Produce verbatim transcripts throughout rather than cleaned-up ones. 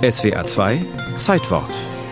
S W R zwei Zeitwort.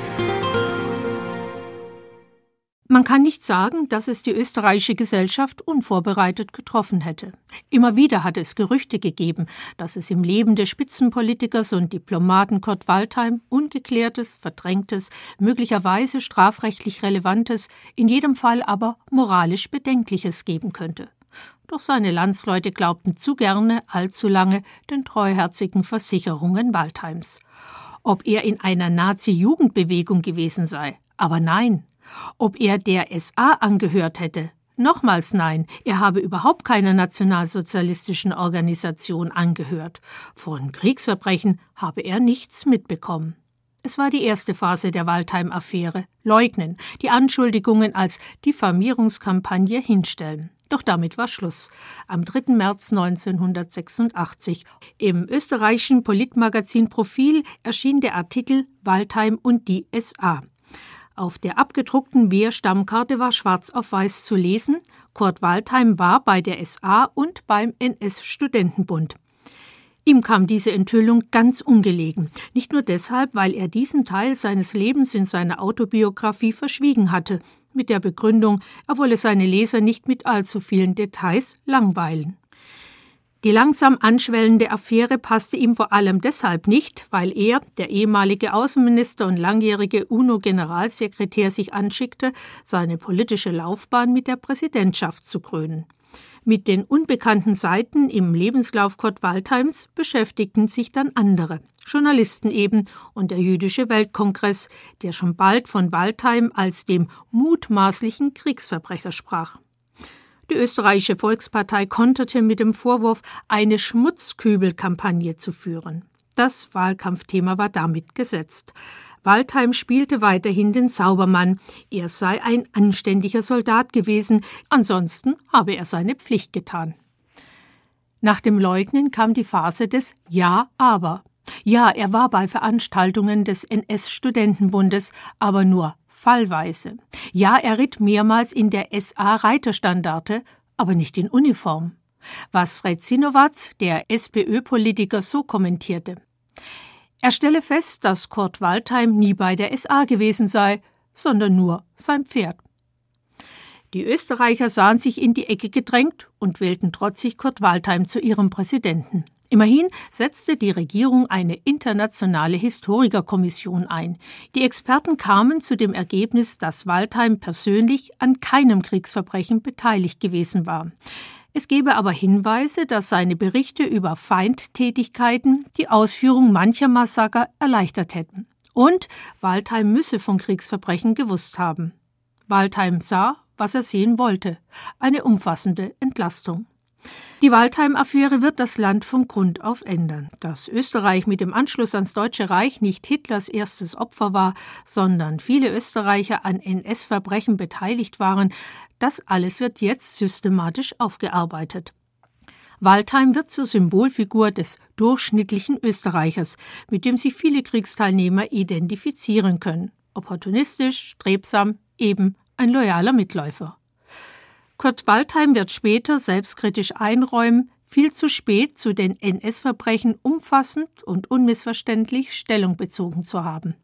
Man kann nicht sagen, dass es die österreichische Gesellschaft unvorbereitet getroffen hätte. Immer wieder hat es Gerüchte gegeben, dass es im Leben des Spitzenpolitikers und Diplomaten Kurt Waldheim Ungeklärtes, Verdrängtes, möglicherweise strafrechtlich Relevantes, in jedem Fall aber moralisch Bedenkliches geben könnte. Doch seine Landsleute glaubten zu gerne, allzu lange, den treuherzigen Versicherungen Waldheims. Ob er in einer Nazi-Jugendbewegung gewesen sei, aber nein. Ob er der S A angehört hätte? Nochmals nein, er habe überhaupt keiner nationalsozialistischen Organisation angehört. Von Kriegsverbrechen habe er nichts mitbekommen. Es war die erste Phase der Waldheim-Affäre. Leugnen, die Anschuldigungen als Diffamierungskampagne hinstellen. Doch damit war Schluss. Am dritten März neunzehnhundertsechsundachtzig im österreichischen Politmagazin Profil erschien der Artikel Waldheim und die S A. Auf der abgedruckten Wehrstammkarte war schwarz auf weiß zu lesen, Kurt Waldheim war bei der S A und beim N S-Studentenbund. Ihm kam diese Enthüllung ganz ungelegen, nicht nur deshalb, weil er diesen Teil seines Lebens in seiner Autobiografie verschwiegen hatte, mit der Begründung, er wolle seine Leser nicht mit allzu vielen Details langweilen. Die langsam anschwellende Affäre passte ihm vor allem deshalb nicht, weil er, der ehemalige Außenminister und langjährige UNO-Generalsekretär, sich anschickte, seine politische Laufbahn mit der Präsidentschaft zu krönen. Mit den unbekannten Seiten im Lebenslauf Kurt Waldheims beschäftigten sich dann andere, Journalisten eben und der Jüdische Weltkongress, der schon bald von Waldheim als dem mutmaßlichen Kriegsverbrecher sprach. Die österreichische Volkspartei konterte mit dem Vorwurf, eine Schmutzkübelkampagne zu führen. Das Wahlkampfthema war damit gesetzt. Waldheim spielte weiterhin den Saubermann. Er sei ein anständiger Soldat gewesen, ansonsten habe er seine Pflicht getan. Nach dem Leugnen kam die Phase des Ja, aber. Ja, er war bei Veranstaltungen des N S-Studentenbundes, aber nur fallweise. Ja, er ritt mehrmals in der S A-Reiterstandarte, aber nicht in Uniform. Was Fred Sinowatz, der SPÖ-Politiker, so kommentierte: Er stelle fest, dass Kurt Waldheim nie bei der S A gewesen sei, sondern nur sein Pferd. Die Österreicher sahen sich in die Ecke gedrängt und wählten trotzig Kurt Waldheim zu ihrem Präsidenten. Immerhin setzte die Regierung eine internationale Historikerkommission ein. Die Experten kamen zu dem Ergebnis, dass Waldheim persönlich an keinem Kriegsverbrechen beteiligt gewesen war. Es gebe aber Hinweise, dass seine Berichte über Feindtätigkeiten die Ausführung mancher Massaker erleichtert hätten. Und Waldheim müsse von Kriegsverbrechen gewusst haben. Waldheim sah, was er sehen wollte: eine umfassende Entlastung. Die Waldheim-Affäre wird das Land von Grund auf ändern. Dass Österreich mit dem Anschluss ans Deutsche Reich nicht Hitlers erstes Opfer war, sondern viele Österreicher an N S-Verbrechen beteiligt waren, das alles wird jetzt systematisch aufgearbeitet. Waldheim wird zur Symbolfigur des durchschnittlichen Österreichers, mit dem sich viele Kriegsteilnehmer identifizieren können. Opportunistisch, strebsam, eben ein loyaler Mitläufer. Kurt Waldheim wird später selbstkritisch einräumen, viel zu spät zu den N S-Verbrechen umfassend und unmissverständlich Stellung bezogen zu haben.